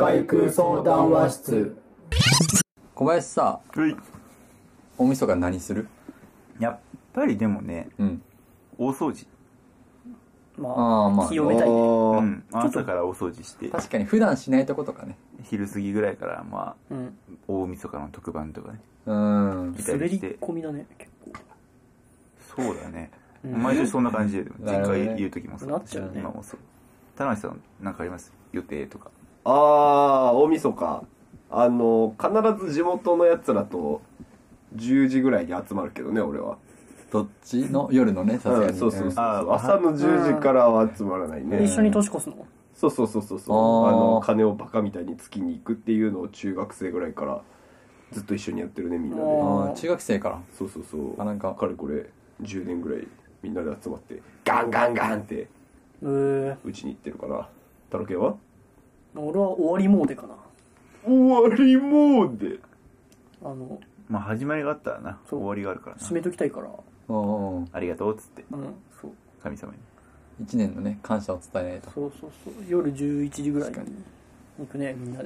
岡行く相談話室。 小林さ、大晦日何する？ やっぱりでもね、大掃除。 まあ清めたいね。 朝から大掃除して、 確かに普段しないとことかね。 昼過ぎぐらいからまあ、大晦日の特番とかね、 見たりして。 滑り込みだね結構。 そうだね。毎年そんな感じで、前回言う時もそうなっちゃうね。 今もそう。田中さんなんかあります？予定とか。 大晦日必ず地元のやつらと10時ぐらいに集まるけどね、俺は。 どっちの夜のね、さすがに。 そうそうそう。朝の10時からは集まらないね。 一緒に年越すの？ そう金をバカみたいにつきに行くっていうのを中学生ぐらいからずっと一緒にやってるね、みんなで。 中学生から。 そうなんかかれこれ10年ぐらいみんなで集まってガンガンガンってうちに行ってるから。タロケンは？ 俺は終わりモーデかな。 終わりモーデ。 まあ始まりがあったらな、終わりがあるからな。 締めときたいから。 ありがとうっつって、 そう。 神様に 1年のね感謝を伝えないと。 そう。夜11時ぐらいに行くね、みんなで。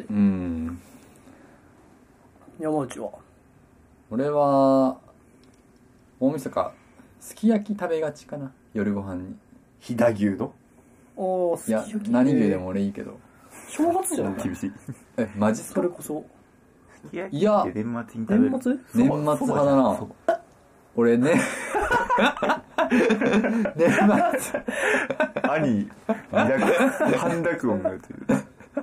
山内は？俺は大晦日すき焼き食べがちかな、夜ご飯に。 飛騨牛の？ いや、何牛でも俺いいけど。 正月じゃない？ 厳しい。 マジっすか？ それこそ。 いや、 年末に食べる。 年末派だな。俺ね。年末。 兄、半濁音が出てる。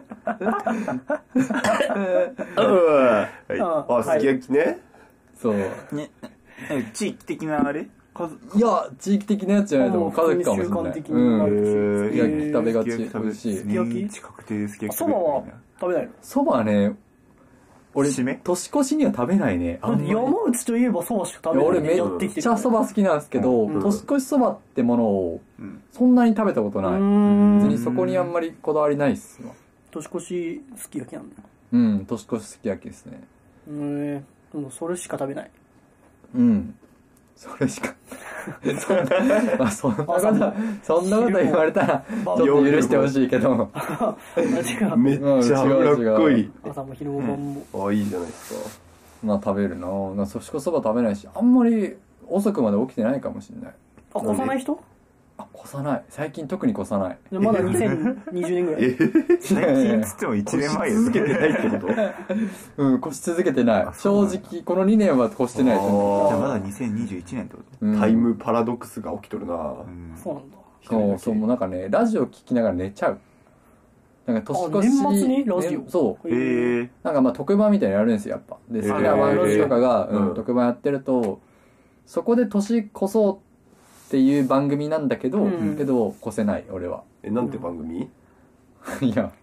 すき焼きね。 そう。 地域的なあれ？ いや、地域的なやつじゃないと思う。家族かもしれない。すき焼き食べがち。美味しい。 年一確定ですき焼き。 そばは食べないの？ そばはね、俺、年越しには食べないね。 山内といえばそばしか食べない。 俺めっちゃそば好きなんですけど、年越しそばってものをそんなに食べたことない。別にそこにあんまりこだわりないっすわ。 年越しすき焼きなんだ。 年越しすき焼きですね。 でもそれしか食べない。 それしか。そんなこと言われたらちょっと許してほしいけど。 めっちゃ脂っこい。 朝も昼も晩も。 いいじゃないですか。 まあ食べるな。年越しそば食べないし、あんまり遅くまで起きてないかもしれない。 越さない人？ 越さない。最近特に越さない。 まだ2020年ぐらい。 最近つっても1年前続けてないってこと？ 越し続けてない。正直この2年は越してないと思う。 じゃあまだ2021年ってこと？ タイムパラドックスが起きとるな。 そうなんだ。 そう、もうなんかね、ラジオ聞きながら寝ちゃう。なんか年越し年末にラジオ？ そう。なんかまあ特番みたいなのやるんですよ、やっぱ。で、好きな番組とかが特番やってると、そこで年越そうっていう番組なんだけど、越せない、俺は。 なんて番組？ いや。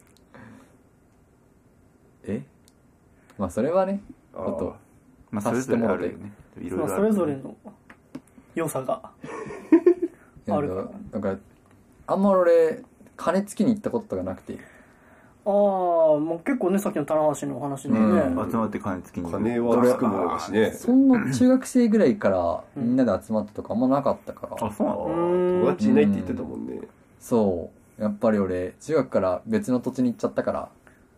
まあそれはね、ちょっと、 まあそれぞれあるよね。 それぞれの良さがあるから。 なんか、あんま俺、金つきに行ったことがなくて。 もう結構ね、さっきの棚橋の話でね。 集まって金つきに。 金はつくものだしね。 そんな中学生ぐらいからみんなで集まってとかあんまなかったから。 そうなの？ 友達いないって言ってたもんね。 そう。やっぱり俺、中学から別の土地に行っちゃったから。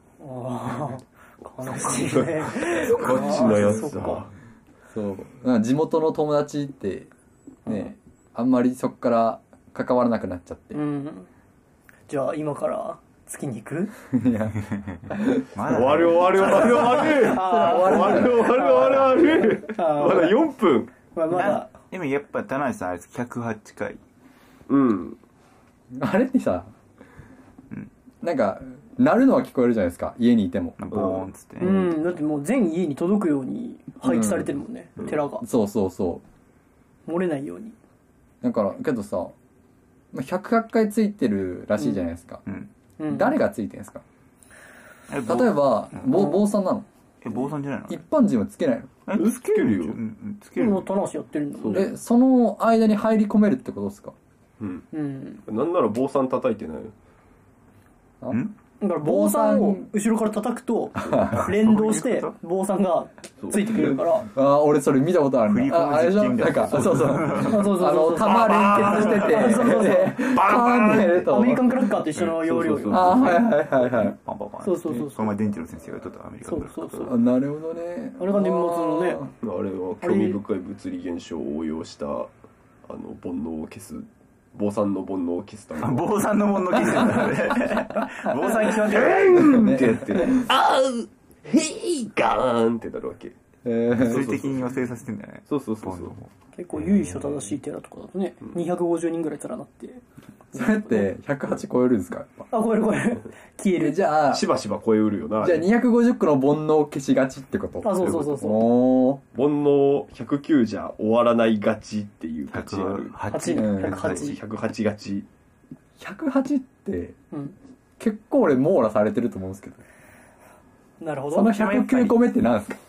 悲しいね。 こっちのやつだ。 そう。地元の友達ってね、あんまりそっから関わらなくなっちゃって。 じゃあ今から月に行く？ いや。 終わる。まだ4分。 まだ。 でもやっぱ田中さんあれ108回。 あれってさ、なんか、鳴るのは聞こえるじゃないですか、家にいても。 ボーンっつってね。 だってもう全家に届くように配置されてるもんね、寺が。 そう。 漏れないように。 だから、けどさ、100回ついてるらしいじゃないですか。誰がついてるんですか？例えば、坊さんなの？ 坊さんじゃないの？ 一般人はつけないの？つけるよ。 つけるよ。 棚橋やってるんだもん。 その間に入り込めるってことですか？ なんなら坊さん叩いてないよ。 だから坊さんを後ろから叩くと連動して坊さんがついてくれるから。 あ、俺それ見たことあるね。あれでしょ、なんか、そうそう。玉連結してて、バーンってやると。 アメリカンクラッカーと一緒の容量よ。 あ、はいはいはいはい。 パンパンパン。 そうそうそう。 この前電池の先生がちょっとアメリカンクラッカー。 そうそう。 なるほどね。 あれが年末のね。 あれは興味深い物理現象を応用した煩悩を消す。坊さんの煩悩を消すために。 坊さんの煩悩消すんだね。坊さん決まってるってやって、あうへいガーンってなるわけ。 物理的に忘れさせてんだよね。 そう。 結構由緒正しい寺とかだとね、250人ぐらい連なって。 それって108超えるんですか？ あ、超える。消える。 じゃあ、 しばしば超えうるよな。 じゃあ250個の煩悩を消しがちってこと？ あ、そう。 おー。 煩悩109じゃ終わらないがちっていうガチある。108がち。 108って、結構俺網羅されてると思うんですけど。 なるほど。 その109個目って何ですか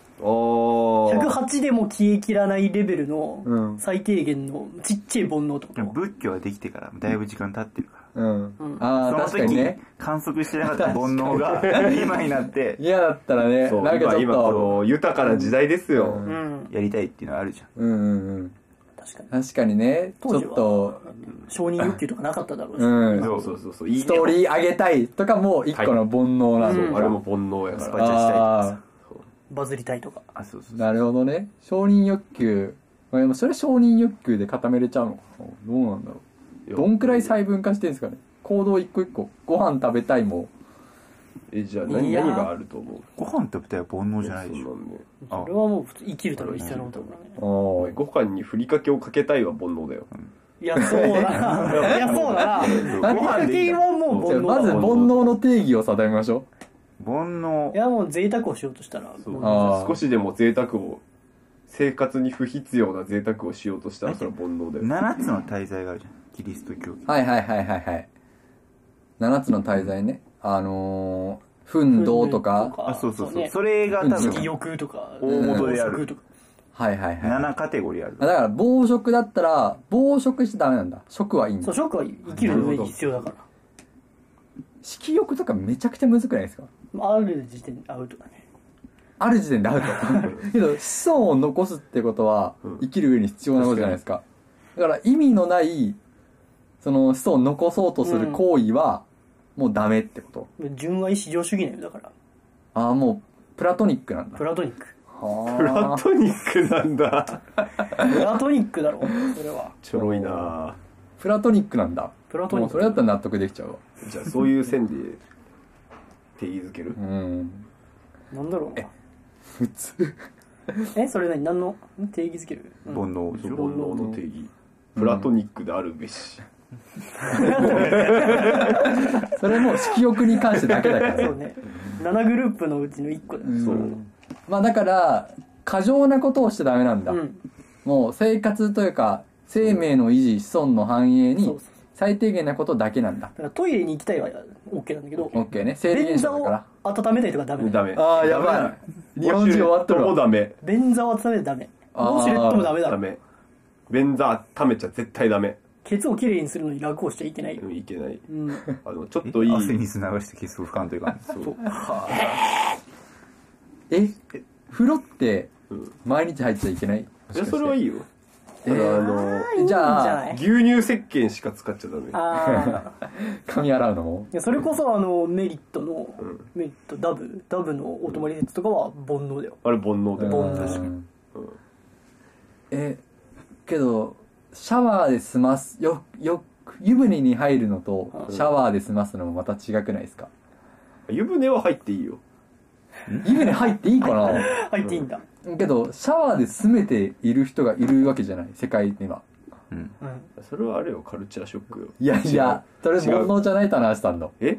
？108でも消えきらないレベルの最低限のちっちゃい煩悩ってこと？ 仏教ができてからだいぶ時間経ってるから。 ああ、確かにね。 観測してなかった煩悩が今になって。 嫌だったらね、なんかちょっと。 今この豊かな時代ですよ。 やりたいっていうのはあるじゃん。 確かにね、ちょっと。 承認欲求とかなかっただろうし。 そう。 ストーリー上げたいとかも一個の煩悩なんだ。 あれも煩悩やから。 スパチャしたい。 バズりたいとか。 なるほどね。承認欲求。それ承認欲求で固めれちゃうのかな？どうなんだろう。どんくらい細分化してるんですかね。行動一個一個。ご飯食べたいも。 じゃあ何があると思う？ ご飯食べたいは煩悩じゃないでしょ。 それはもう生きるために必要なことだからね。 ご飯にふりかけをかけたいは煩悩だよ。 いや、そうだな。ふりかけはもう煩悩。 まず煩悩の定義を定めましょう。 煩悩。 いや、もう贅沢をしようとしたら。 少しでも贅沢を、生活に不必要な贅沢をしようとしたらそれは煩悩だよ。 7つの大罪があるじゃん。キリスト教。 はい。7つの大罪ね。憤怒とか。 そう。それが多分。 色欲とか。 大元である。 はい。 7カテゴリーある。 だから暴食だったら、暴食しちゃダメなんだ。食はいいんだ。 そう、食は生きる上に必要だから。 色欲とかめちゃくちゃむずくないですか？ ある時点でアウトだね。 ある時点でアウト。けど、子孫を残すってことは、生きる上に必要なことじゃないですか。だから意味のない、その子孫を残そうとする行為は、もうダメってこと。 純愛至上主義なよ、だから。 ああ、もう、プラトニックなんだ。 プラトニック。 プラトニックなんだ。 プラトニックだろ、それは。 ちょろいな。 プラトニックなんだ。 プラトニック。 それだったら納得できちゃうわ。 じゃあそういう線で定義づける？ なんだろうな。 普通。 それ何の定義づける？ 煩悩の定義。プラトニックであるべし。 それも色欲に関してだけだから。 そうね。7グループのうちの1個だよ。そう。 まあだから、過剰なことをしちゃダメなんだ。もう生活というか、生命の維持、子孫の繁栄に、最低限なことだけなんだ。 だからトイレに行きたいは OK なんだけど。 OK ね。生理現象だから。 便座を温めたりとかダメ。 ダメ。 ああ、やばい。日本人終わっとるわ。 もダメ。 便座を温めたらダメ。ウォシュレットもダメだ。 ダメ。便座温めちゃ絶対ダメ。 ケツをきれいにするのに楽をしちゃいけないよ。 いけない。ちょっといい。 汗水流してケツを拭かんといかん。そう。 風呂って毎日入っちゃいけない？ いや、それはいいよ。 じゃあ、 牛乳石鹸しか使っちゃダメ。 髪洗うのも？ いや、それこそメリットダブのお泊まりやつとかは煩悩だよ。 あれ煩悩だよ。 煩悩。 けど、シャワーで済ます、湯船に入るのとシャワーで済ますのもまた違くないですか？ 湯船は入っていいよ。 湯船入っていいかな？ 入っていいんだ。 けど、シャワーで済めている人がいるわけじゃない、世界には。 それはあれよ、カルチャーショックよ。 いや、それ煩悩じゃないと話したんだ。 湯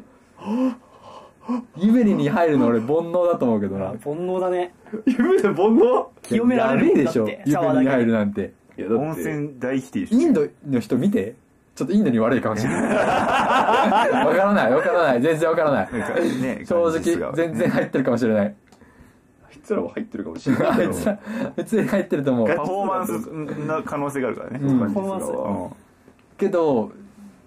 船に入るの俺煩悩だと思うけどな。 煩悩だね。 湯船煩悩？ 清められるんだって。 でしょ、湯船に入るなんて。 温泉大否定インドの人見て。ちょっとインドに悪いかもしれない。わからない。全然わからない。正直、全然入ってるかもしれない。 あいつらは入ってるかもしれない。あいつら、 普通に入ってると思う。 パフォーマンスの可能性があるからね。 パフォーマンス。 けど、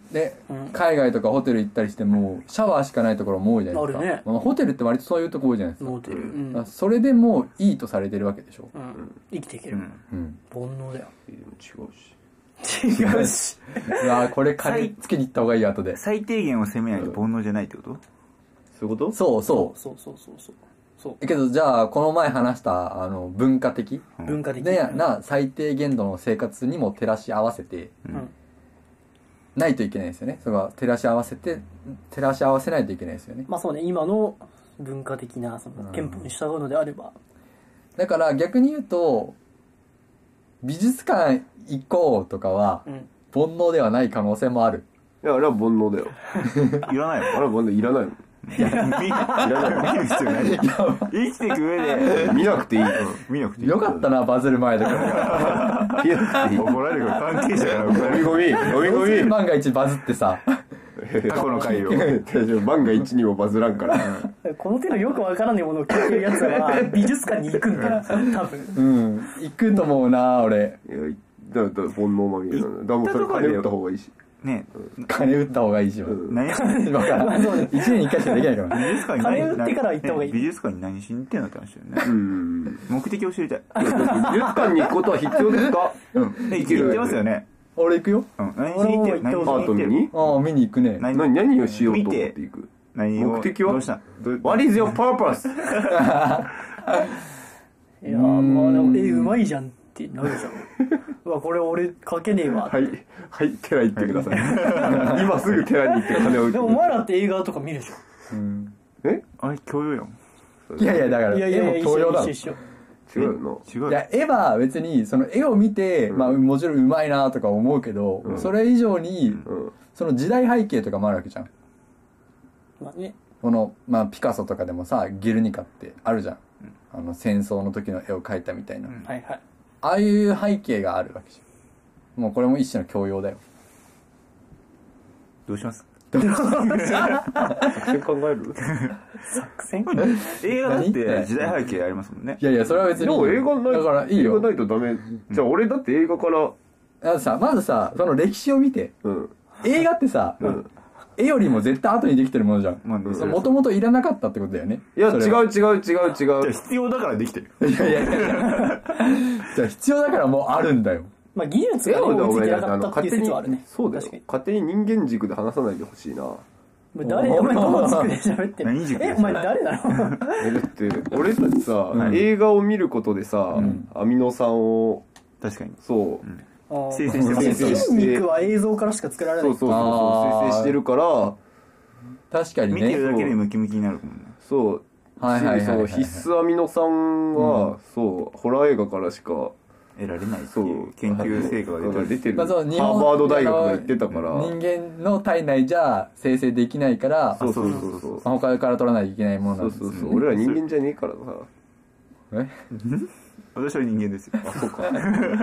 で、海外とかホテル行ったりしてもシャワーしかないところも多いじゃないですか。 あるね。 まあホテルって割とそういうとこ多いじゃないですか。 ホテル。 それでもういいとされてるわけでしょ。 生きていける。煩悩だよ。 でも違うし。 違うし。 うわこれ金つけに行った方がいい後で。 最低限を責めないと煩悩じゃないってこと？ そういうこと？ そうそう。そう。けどじゃあこの前話した文化的な最低限度の生活にも照らし合わせてないといけないですよね。それは照らし合わせないといけないですよね。 まあそうね、今の文化的なその憲法に従うのであれば。 だから逆に言うと美術館行こうとかは煩悩ではない可能性もある。 いや、あれは煩悩だよ。 いらないあれは煩悩いらないもん。 いらない。見る必要ない。生きていく上で見なくていい。 見なくていい。 よかったな、バズる前だから。 見なくていい。 怒られるから関係者から怒られる。 ゴミ万が一バズってさ。 過去の回を。 万が一にもバズらんから。 この手のよくわからないものを聞いてるやつは美術館に行くんだよ、多分。行くと思うな、俺。 いや、だから煩悩まみれなんだ。だからもうそれ金打った方がいいし。 ね、 金打った方がいいし。 何だから1年に1回しかできないから。 美術館に金打ってから行った方がいい。 美術館に何しに行ってんのって話だよね。目的を知りたい。 美術館に行くことは必要ですか？ 行ってますよね。 俺行くよ。 何しに行ってる？ アート見に？ ああ、見に行くね。 何をしようと思って行く？目的は？ What is your purpose? いやまあうまいじゃんってなるじゃん。うわこれ俺書けねえわ。 はい寺行ってください。今すぐ寺に行って金を。 でもお前らって映画とか見るじゃん。あれ教養やん。 いやだから絵も教養だろ。 違うの。 いや絵は別にその絵を見てまあもちろんうまいなとか思うけど、それ以上にその時代背景とかもあるわけじゃん。 まあね。 このまあピカソとかでもさゲルニカってあるじゃん。戦争の時の絵を描いたみたいな。 はいはい。 ああいう背景があるわけじゃん。もうこれも一種の教養だよ。 どうします？ 作戦考える？ 作戦？ 映画だって時代背景ありますもんね。 いやそれは別に。 でも映画ない。 だからいいよ。 映画ないとダメ。じゃあ俺だって映画から。 まずさその歴史を見て。映画ってさ。絵よりも絶対後にできてるものじゃん。もともといらなかったってことだよね。 いや違う。必要だからできてる。 いやじゃあ必要だからもうあるんだよ。 まあ技術が追いついてなかったっていう説はあるね。 そうだよ。勝手に人間軸で話さないでほしいな。 誰？お前どの軸で喋ってる？お前誰だろ？ だって俺たちさ映画を見ることでさアミノ酸を確かにそう生成してます。 筋肉は映像からしか作られない。 そう生成してるから確かにね。 見てるだけでムキムキになるもんね。 そう必須アミノ酸はそうホラー映画からしか得られないっていう研究成果が出てる。ハーバード大学が言ってたから人間の体内じゃ生成できないからそう他から取らないといけないものなんです。 そう俺ら人間じゃねえからさ。 私は人間ですよ。 あそうか。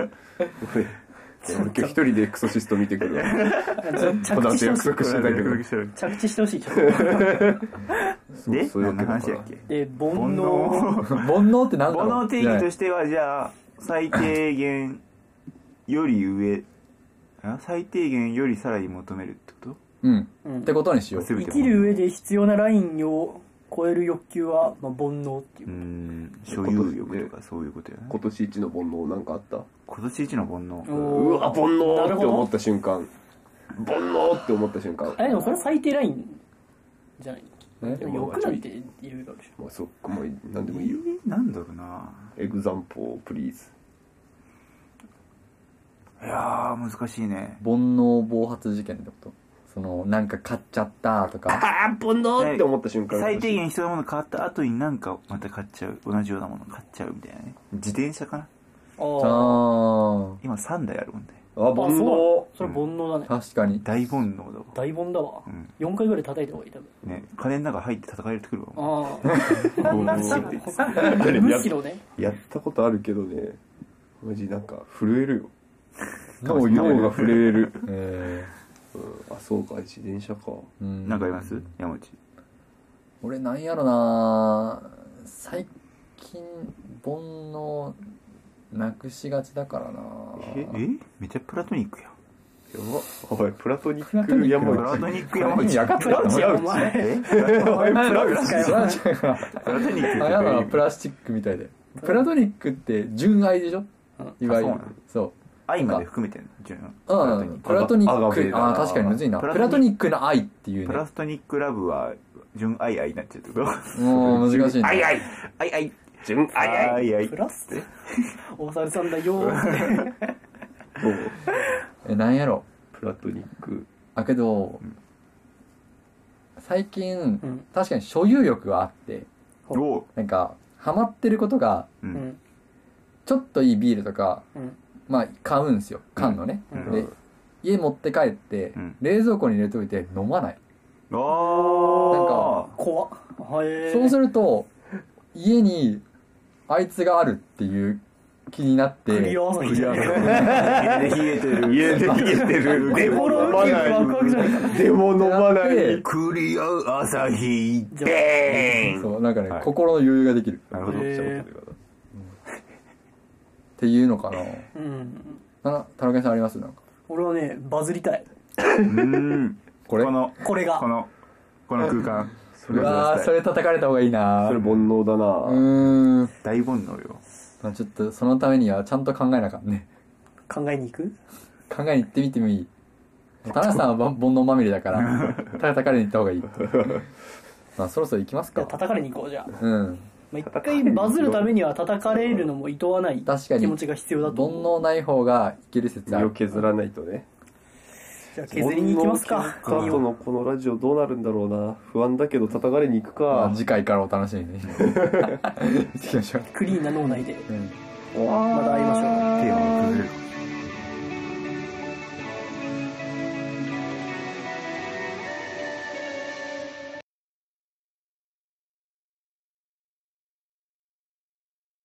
今日一人でエクソシスト見てくるわ。 着地約束してたけど着地してほしい。 で何の話やっけ？ で煩悩って何だろう。 煩悩定義としてはじゃあ最低限より上最低限よりさらに求めるってこと？ ってことにしよう。 生きる上で必要なラインを超える欲求は煩悩っていう。 所有欲とかそういうことやね。 今年一の煩悩なんかあった？ 今年一の煩悩。 うわ煩悩って思った瞬間。煩悩って思った瞬間。 でもそれ最低ラインじゃない？欲なんていろいろあるでしょ。 まあそっかもう何でもいいよ。 なんだろうな。 エグザンポープリーズ。 いや難しいね。 煩悩暴発事件ってこと？そのなんか買っちゃったとか。 煩悩って思った瞬間。 最低限必要なもの買った後になんかまた買っちゃう。同じようなもの買っちゃうみたいなね。自転車かな。今3台あるもんね。 煩悩。 それ煩悩だね。 確かに大煩悩だわ。 大煩だわ。4回ぐらい叩いた方がいい多分。 ね金の中入って叩かれてくるわ。 むしろね。 やったことあるけどね。マジなんか震えるよ。脳が震える。あそうか自転車か。 なんかあります？山内。 俺なんやろな。最近煩悩なくしがちだからな。 めっちゃプラトニックや。 お前プラトニック山プラト内ニック山内分かってたプラチお前お前プラプラチックトニックあやだなプラスチックみたいでプラトニックって純愛でしょいわゆるそう愛まで含めてんの純プラトニックあ確かにむずいなプラトニックの愛っていうねプラトニックラブは純愛愛になっちゃうってこともう難しいな愛愛愛愛純愛愛愛プラスお猿さんだよなんやろプラトニックけど最近確かに所有欲があっておなんかハマってることがちょっといいビールとかまあ買うんすよ缶のねで家持って帰って冷蔵庫に入れといて飲まないあなんか怖っそうすると家にあいつがあるっていう気になってクリア朝日じゃん家で冷えてる家で冷えてるでも飲まないでも飲まないクリア朝日ベーンそうなんかね心の余裕ができるなるほどっていうのかな田中さんありますなんか俺はねバズりたいこれこれがこの空間それ叩かれた方がいいなそれ煩悩だな大煩悩よちょっとそのためにはちゃんと考えなかったね考えに行く考えに行ってみてもいい田中さんは煩悩まみれだから叩かれに行った方がいいまあそろそろ行きますか叩かれに行こうじゃあうん一回バズるためには叩かれるのも厭わない気持ちが必要だと煩思う悩ない方がいける説ある身を削らないとねじゃあ削りに行きますかこのラジオどうなるんだろうな不安だけど叩かれに行くか次回からお楽しみに行ってきましょうクリーンな脳内でままた会いましょうテーマ